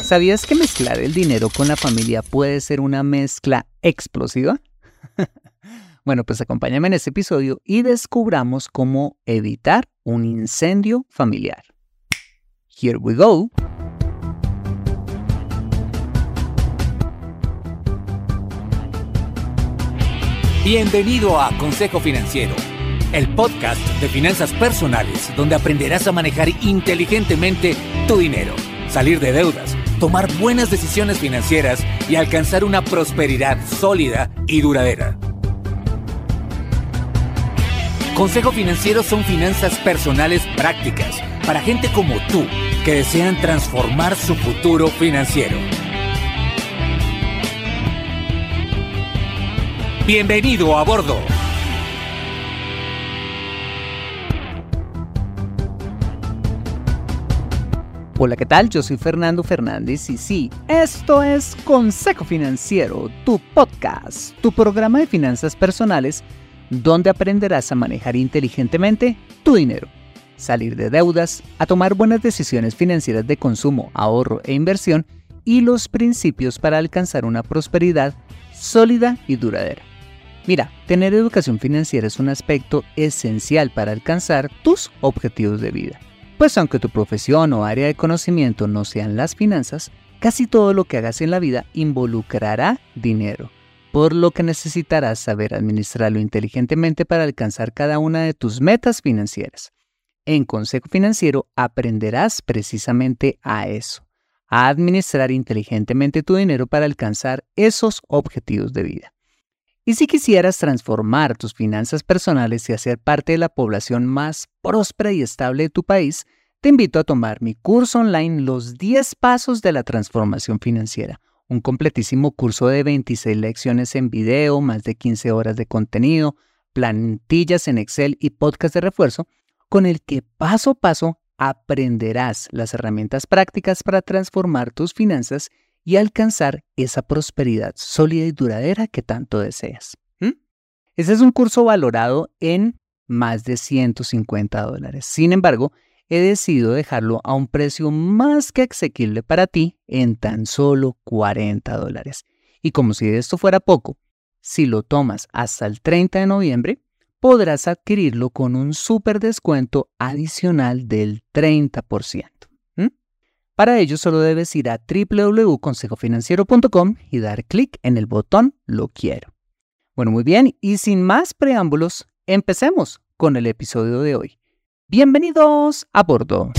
¿Sabías que mezclar el dinero con la familia puede ser una mezcla explosiva? Bueno, pues acompáñame en este episodio y descubramos cómo evitar un incendio familiar. Here we go. Bienvenido a Consejo Financiero, el podcast de finanzas personales donde aprenderás a manejar inteligentemente tu dinero, salir de deudas, tomar buenas decisiones financieras y alcanzar una prosperidad sólida y duradera. Consejo Financiero son finanzas personales prácticas para gente como tú que desean transformar su futuro financiero. ¡Bienvenido a bordo! Hola, ¿qué tal? Yo soy Fernando Fernández y sí, esto es Consejo Financiero, tu podcast, tu programa de finanzas personales donde aprenderás a manejar inteligentemente tu dinero, salir de deudas, a tomar buenas decisiones financieras de consumo, ahorro e inversión y los principios para alcanzar una prosperidad sólida y duradera. Mira, tener educación financiera es un aspecto esencial para alcanzar tus objetivos de vida. Pues aunque tu profesión o área de conocimiento no sean las finanzas, casi todo lo que hagas en la vida involucrará dinero, por lo que necesitarás saber administrarlo inteligentemente para alcanzar cada una de tus metas financieras. En Consejo Financiero aprenderás precisamente a eso, a administrar inteligentemente tu dinero para alcanzar esos objetivos de vida. Y si quisieras transformar tus finanzas personales y hacer parte de la población más próspera y estable de tu país, te invito a tomar mi curso online Los 10 Pasos de la Transformación Financiera, un completísimo curso de 26 lecciones en video, más de 15 horas de contenido, plantillas en Excel y podcast de refuerzo, con el que paso a paso aprenderás las herramientas prácticas para transformar tus finanzas y alcanzar esa prosperidad sólida y duradera que tanto deseas. Ese es un curso valorado en más de $150. Sin embargo, he decidido dejarlo a un precio más que asequible para ti en tan solo $40. Y como si esto fuera poco, si lo tomas hasta el 30 de noviembre, podrás adquirirlo con un súper descuento adicional del 30%. Para ello solo debes ir a www.consejofinanciero.com y dar clic en el botón Lo quiero. Bueno, muy bien, y sin más preámbulos, empecemos con el episodio de hoy. ¡Bienvenidos a bordo!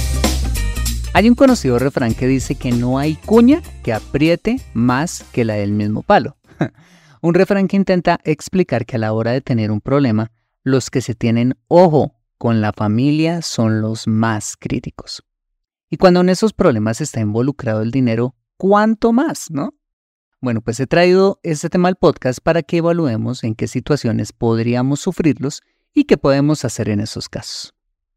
Hay un conocido refrán que dice que no hay cuña que apriete más que la del mismo palo. Un refrán que intenta explicar que a la hora de tener un problema, los que se tienen ojo con la familia son los más críticos. Y cuando en esos problemas está involucrado el dinero, ¿cuánto más, no? Bueno, pues he traído este tema al podcast para que evaluemos en qué situaciones podríamos sufrirlos y qué podemos hacer en esos casos.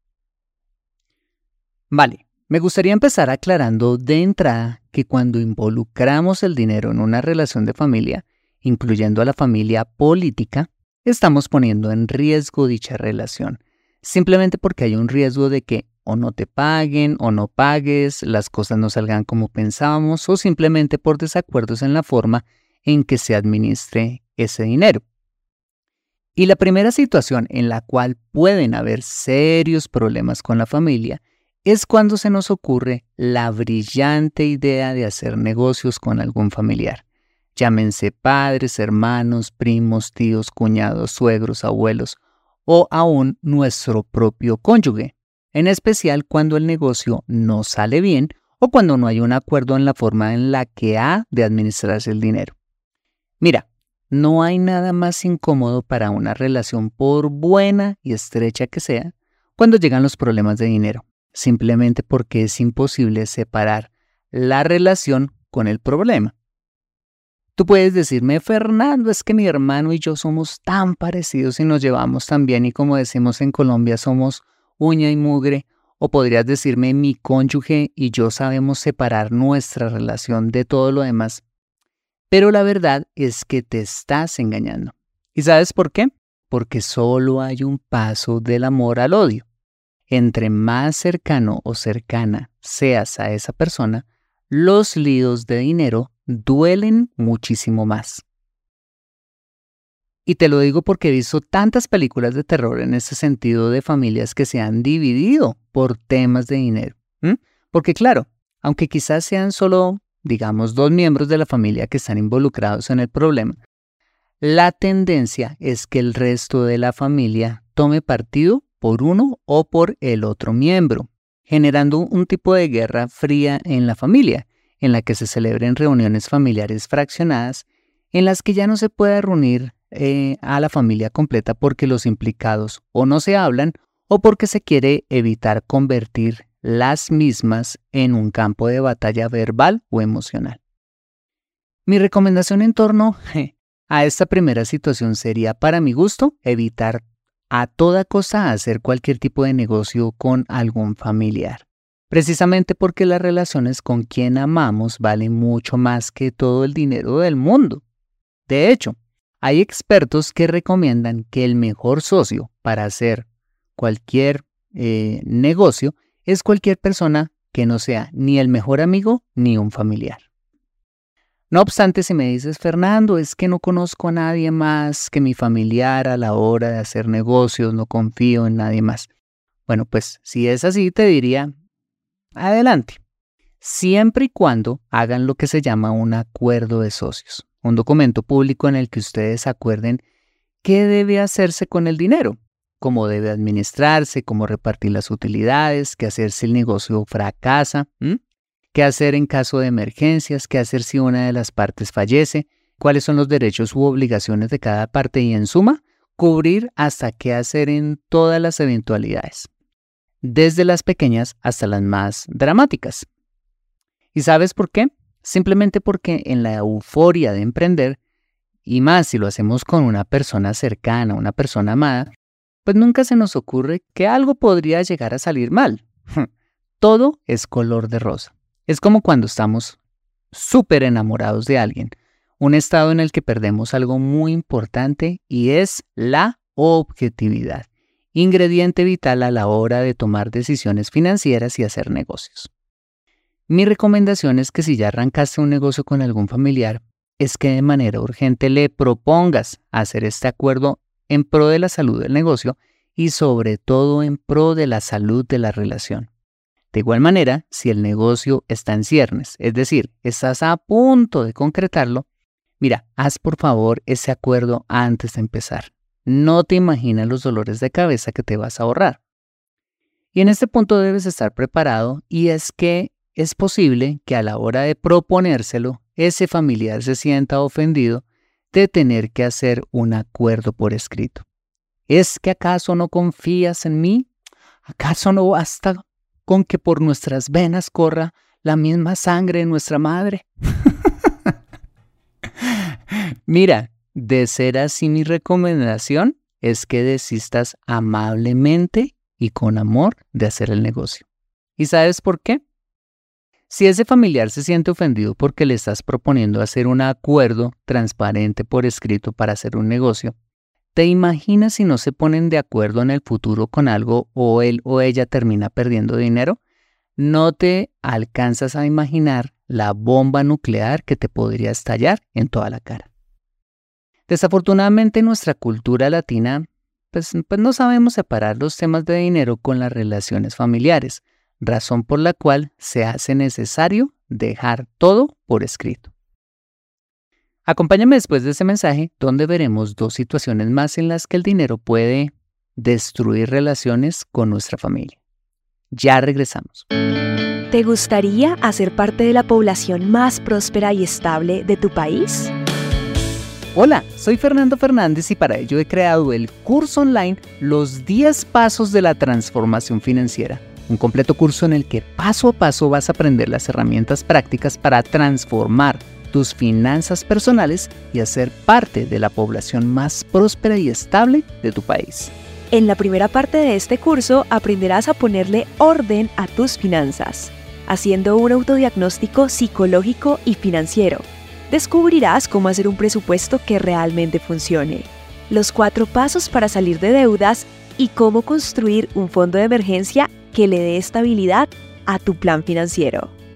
Vale, me gustaría empezar aclarando de entrada que cuando involucramos el dinero en una relación de familia, incluyendo a la familia política, estamos poniendo en riesgo dicha relación, simplemente porque hay un riesgo de que o no te paguen o no pagues, las cosas no salgan como pensábamos o simplemente por desacuerdos en la forma en que se administre ese dinero. Y la primera situación en la cual pueden haber serios problemas con la familia es cuando se nos ocurre la brillante idea de hacer negocios con algún familiar. Llámense padres, hermanos, primos, tíos, cuñados, suegros, abuelos o aún nuestro propio cónyuge. En especial cuando el negocio no sale bien o cuando no hay un acuerdo en la forma en la que ha de administrarse el dinero. Mira, no hay nada más incómodo para una relación, por buena y estrecha que sea, cuando llegan los problemas de dinero, simplemente porque es imposible separar la relación con el problema. Tú puedes decirme, Fernando, es que mi hermano y yo somos tan parecidos y nos llevamos tan bien y como decimos en Colombia somos uña y mugre, o podrías decirme mi cónyuge y yo sabemos separar nuestra relación de todo lo demás. Pero la verdad es que te estás engañando. ¿Y sabes por qué? Porque solo hay un paso del amor al odio. Entre más cercano o cercana seas a esa persona, los líos de dinero duelen muchísimo más. Y te lo digo porque he visto tantas películas de terror en este sentido de familias que se han dividido por temas de dinero. Porque claro, aunque quizás sean solo, digamos, 2 miembros de la familia que están involucrados en el problema, la tendencia es que el resto de la familia tome partido por uno o por el otro miembro, generando un tipo de guerra fría en la familia, en la que se celebren reuniones familiares fraccionadas, en las que ya no se puede reunir a la familia completa porque los implicados o no se hablan o porque se quiere evitar convertir las mismas en un campo de batalla verbal o emocional. Mi recomendación en torno a esta primera situación sería, para mi gusto, evitar a toda costa hacer cualquier tipo de negocio con algún familiar. Precisamente porque las relaciones con quien amamos valen mucho más que todo el dinero del mundo. De hecho, hay expertos que recomiendan que el mejor socio para hacer cualquier negocio es cualquier persona que no sea ni el mejor amigo ni un familiar. No obstante, si me dices, Fernando, es que no conozco a nadie más que mi familiar a la hora de hacer negocios, no confío en nadie más. Bueno, pues si es así, te diría, adelante. Siempre y cuando hagan lo que se llama un acuerdo de socios, un documento público en el que ustedes acuerden qué debe hacerse con el dinero, cómo debe administrarse, cómo repartir las utilidades, qué hacer si el negocio fracasa, qué hacer en caso de emergencias, qué hacer si una de las partes fallece, cuáles son los derechos u obligaciones de cada parte y, en suma, cubrir hasta qué hacer en todas las eventualidades, desde las pequeñas hasta las más dramáticas. ¿Y sabes por qué? Simplemente porque en la euforia de emprender, y más si lo hacemos con una persona cercana, una persona amada, pues nunca se nos ocurre que algo podría llegar a salir mal. Todo es color de rosa. Es como cuando estamos súper enamorados de alguien, un estado en el que perdemos algo muy importante y es la objetividad, ingrediente vital a la hora de tomar decisiones financieras y hacer negocios. Mi recomendación es que si ya arrancaste un negocio con algún familiar, es que de manera urgente le propongas hacer este acuerdo en pro de la salud del negocio y sobre todo en pro de la salud de la relación. De igual manera, si el negocio está en ciernes, es decir, estás a punto de concretarlo, mira, haz por favor ese acuerdo antes de empezar. No te imaginas los dolores de cabeza que te vas a ahorrar. Y en este punto debes estar preparado, y es que es posible que a la hora de proponérselo, ese familiar se sienta ofendido de tener que hacer un acuerdo por escrito. ¿Es que acaso no confías en mí? ¿Acaso no basta con que por nuestras venas corra la misma sangre de nuestra madre? Mira, de ser así, mi recomendación es que desistas amablemente y con amor de hacer el negocio. ¿Y sabes por qué? Si ese familiar se siente ofendido porque le estás proponiendo hacer un acuerdo transparente por escrito para hacer un negocio, ¿te imaginas si no se ponen de acuerdo en el futuro con algo o él o ella termina perdiendo dinero? No te alcanzas a imaginar la bomba nuclear que te podría estallar en toda la cara. Desafortunadamente en nuestra cultura latina, pues no sabemos separar los temas de dinero con las relaciones familiares, razón por la cual se hace necesario dejar todo por escrito. Acompáñame después de ese mensaje, donde veremos 2 situaciones más en las que el dinero puede destruir relaciones con nuestra familia. Ya regresamos. ¿Te gustaría hacer parte de la población más próspera y estable de tu país? Hola, soy Fernando Fernández y para ello he creado el curso online Los 10 Pasos de la Transformación Financiera. Un completo curso en el que paso a paso vas a aprender las herramientas prácticas para transformar tus finanzas personales y hacer parte de la población más próspera y estable de tu país. En la primera parte de este curso aprenderás a ponerle orden a tus finanzas, haciendo un autodiagnóstico psicológico y financiero. Descubrirás cómo hacer un presupuesto que realmente funcione, los 4 pasos para salir de deudas y cómo construir un fondo de emergencia que le dé estabilidad a tu plan financiero.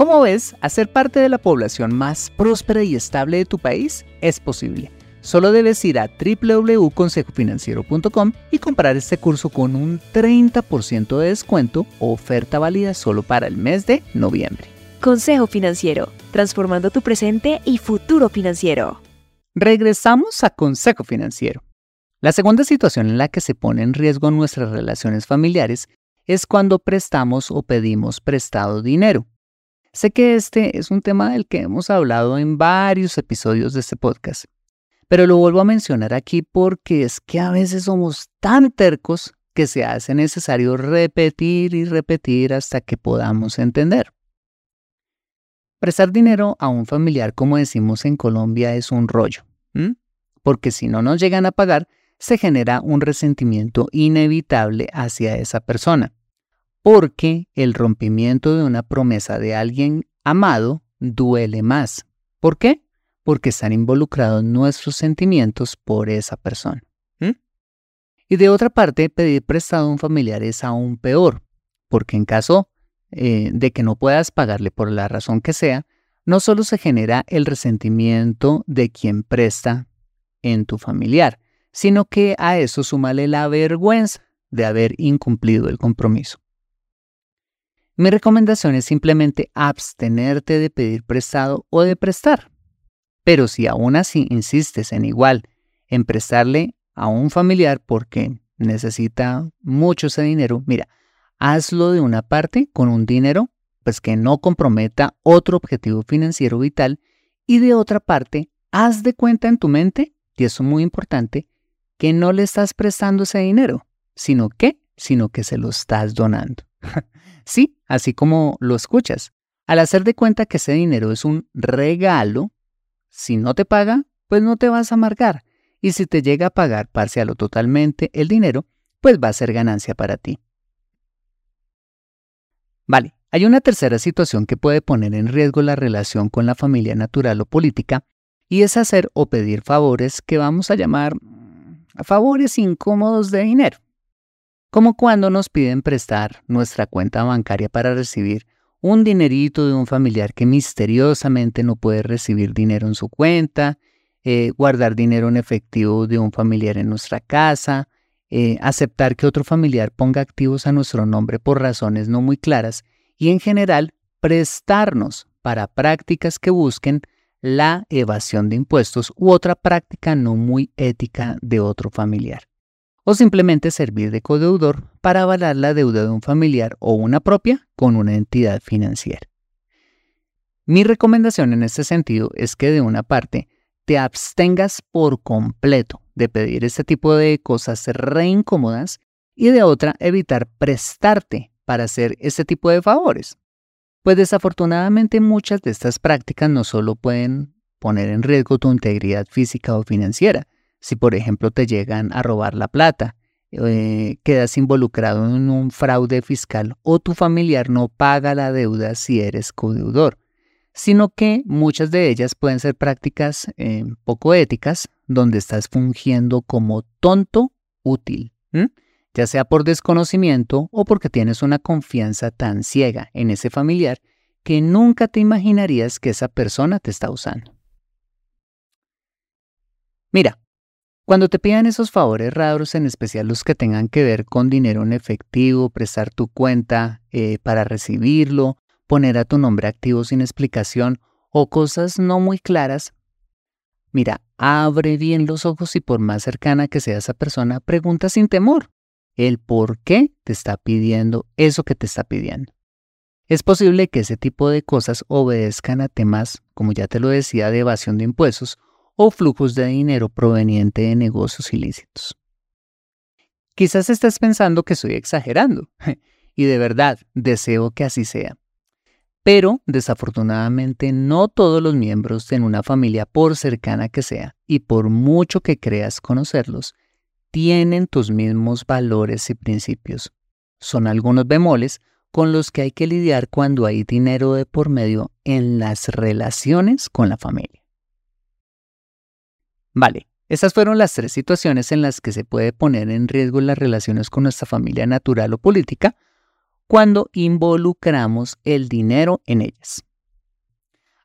Como ves, hacer parte de la población más próspera y estable de tu país es posible. Solo debes ir a www.consejofinanciero.com y comprar este curso con un 30% de descuento, oferta válida solo para el mes de noviembre. Consejo Financiero, transformando tu presente y futuro financiero. Regresamos a Consejo Financiero. La segunda situación en la que se pone en riesgo nuestras relaciones familiares es cuando prestamos o pedimos prestado dinero. Sé que este es un tema del que hemos hablado en varios episodios de este podcast, pero lo vuelvo a mencionar aquí porque es que a veces somos tan tercos que se hace necesario repetir y repetir hasta que podamos entender. Prestar dinero a un familiar, como decimos en Colombia, es un rollo, porque si no nos llegan a pagar, se genera un resentimiento inevitable hacia esa persona. Porque el rompimiento de una promesa de alguien amado duele más. ¿Por qué? Porque están involucrados nuestros sentimientos por esa persona. Y de otra parte, pedir prestado a un familiar es aún peor, porque en caso de que no puedas pagarle por la razón que sea, no solo se genera el resentimiento de quien presta en tu familiar, sino que a eso súmale la vergüenza de haber incumplido el compromiso. Mi recomendación es simplemente abstenerte de pedir prestado o de prestar. Pero si aún así insistes en prestarle a un familiar porque necesita mucho ese dinero, mira, hazlo de una parte con un dinero pues que no comprometa otro objetivo financiero vital y de otra parte, haz de cuenta en tu mente, y eso es muy importante, que no le estás prestando ese dinero, sino que se lo estás donando. Sí, así como lo escuchas. Al hacer de cuenta que ese dinero es un regalo, si no te paga, pues no te vas a amargar. Y si te llega a pagar parcial o totalmente el dinero, pues va a ser ganancia para ti. Vale, hay una tercera situación que puede poner en riesgo la relación con la familia natural o política, y es hacer o pedir favores que vamos a llamar favores incómodos de dinero. Como cuando nos piden prestar nuestra cuenta bancaria para recibir un dinerito de un familiar que misteriosamente no puede recibir dinero en su cuenta, guardar dinero en efectivo de un familiar en nuestra casa, aceptar que otro familiar ponga activos a nuestro nombre por razones no muy claras y en general prestarnos para prácticas que busquen la evasión de impuestos u otra práctica no muy ética de otro familiar. O simplemente servir de codeudor para avalar la deuda de un familiar o una propia con una entidad financiera. Mi recomendación en este sentido es que de una parte te abstengas por completo de pedir este tipo de cosas re incómodas y de otra evitar prestarte para hacer este tipo de favores. Pues desafortunadamente muchas de estas prácticas no solo pueden poner en riesgo tu integridad física o financiera. Si por ejemplo te llegan a robar la plata, quedas involucrado en un fraude fiscal o tu familiar no paga la deuda si eres codeudor, sino que muchas de ellas pueden ser prácticas poco éticas donde estás fungiendo como tonto útil, ya sea por desconocimiento o porque tienes una confianza tan ciega en ese familiar que nunca te imaginarías que esa persona te está usando. Mira, cuando te pidan esos favores raros, en especial los que tengan que ver con dinero en efectivo, prestar tu cuenta para recibirlo, poner a tu nombre activo sin explicación o cosas no muy claras, mira, abre bien los ojos y por más cercana que sea esa persona, pregunta sin temor el por qué te está pidiendo eso que te está pidiendo. Es posible que ese tipo de cosas obedezcan a temas, como ya te lo decía, de evasión de impuestos o flujos de dinero proveniente de negocios ilícitos. Quizás estés pensando que estoy exagerando, y de verdad deseo que así sea. Pero desafortunadamente no todos los miembros de una familia, por cercana que sea y por mucho que creas conocerlos, tienen tus mismos valores y principios. Son algunos bemoles con los que hay que lidiar cuando hay dinero de por medio en las relaciones con la familia. Vale, esas fueron las 3 situaciones en las que se puede poner en riesgo las relaciones con nuestra familia natural o política cuando involucramos el dinero en ellas.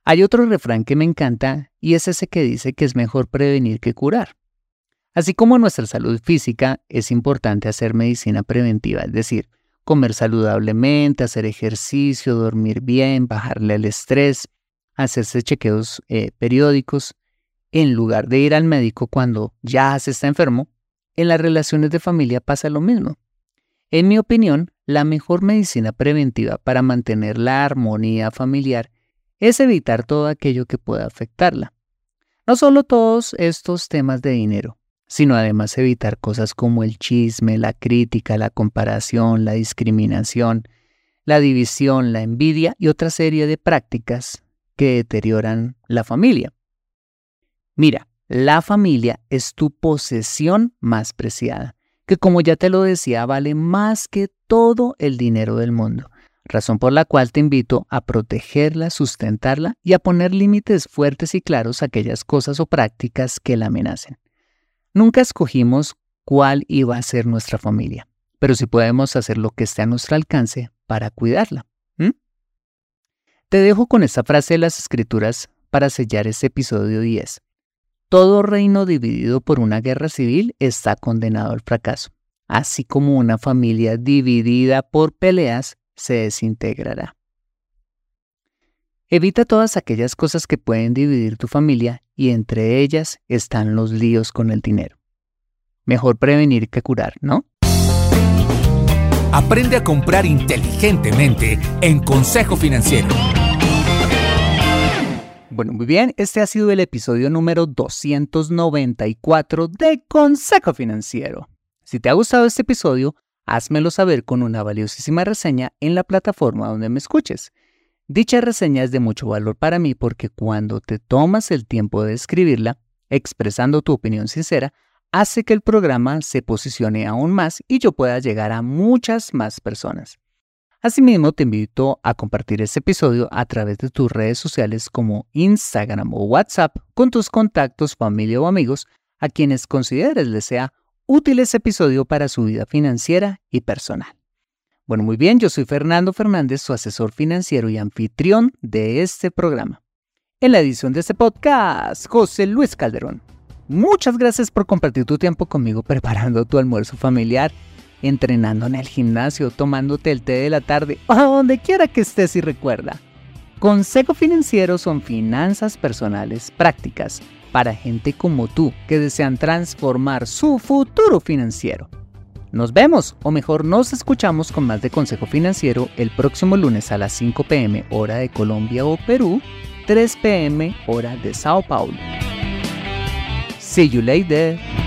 Hay otro refrán que me encanta y es ese que dice que es mejor prevenir que curar. Así como en nuestra salud física es importante hacer medicina preventiva, es decir, comer saludablemente, hacer ejercicio, dormir bien, bajarle el estrés, hacerse chequeos periódicos, en lugar de ir al médico cuando ya se está enfermo, en las relaciones de familia pasa lo mismo. En mi opinión, la mejor medicina preventiva para mantener la armonía familiar es evitar todo aquello que pueda afectarla. No solo todos estos temas de dinero, sino además evitar cosas como el chisme, la crítica, la comparación, la discriminación, la división, la envidia y otra serie de prácticas que deterioran la familia. Mira, la familia es tu posesión más preciada, que como ya te lo decía, vale más que todo el dinero del mundo, razón por la cual te invito a protegerla, sustentarla y a poner límites fuertes y claros a aquellas cosas o prácticas que la amenacen. Nunca escogimos cuál iba a ser nuestra familia, pero sí podemos hacer lo que esté a nuestro alcance para cuidarla. Te dejo con esta frase de las Escrituras para sellar este episodio 10. Todo reino dividido por una guerra civil está condenado al fracaso, así como una familia dividida por peleas se desintegrará. Evita todas aquellas cosas que pueden dividir tu familia y entre ellas están los líos con el dinero. Mejor prevenir que curar, ¿no? Aprende a comprar inteligentemente en Consejo Financiero. Bueno, muy bien, este ha sido el episodio número 294 de Consejo Financiero. Si te ha gustado este episodio, házmelo saber con una valiosísima reseña en la plataforma donde me escuches. Dicha reseña es de mucho valor para mí porque cuando te tomas el tiempo de escribirla, expresando tu opinión sincera, hace que el programa se posicione aún más y yo pueda llegar a muchas más personas. Asimismo, te invito a compartir este episodio a través de tus redes sociales como Instagram o WhatsApp con tus contactos, familia o amigos a quienes consideres les sea útil este episodio para su vida financiera y personal. Bueno, muy bien, yo soy Fernando Fernández, su asesor financiero y anfitrión de este programa. En la edición de este podcast, José Luis Calderón. Muchas gracias por compartir tu tiempo conmigo preparando tu almuerzo familiar, entrenando en el gimnasio, tomándote el té de la tarde o donde quiera que estés y recuerda. Consejo Financiero son finanzas personales prácticas para gente como tú que desean transformar su futuro financiero. Nos vemos, o mejor nos escuchamos con más de Consejo Financiero el próximo lunes a las 5 p.m. hora de Colombia o Perú, 3 p.m. hora de Sao Paulo. See you later.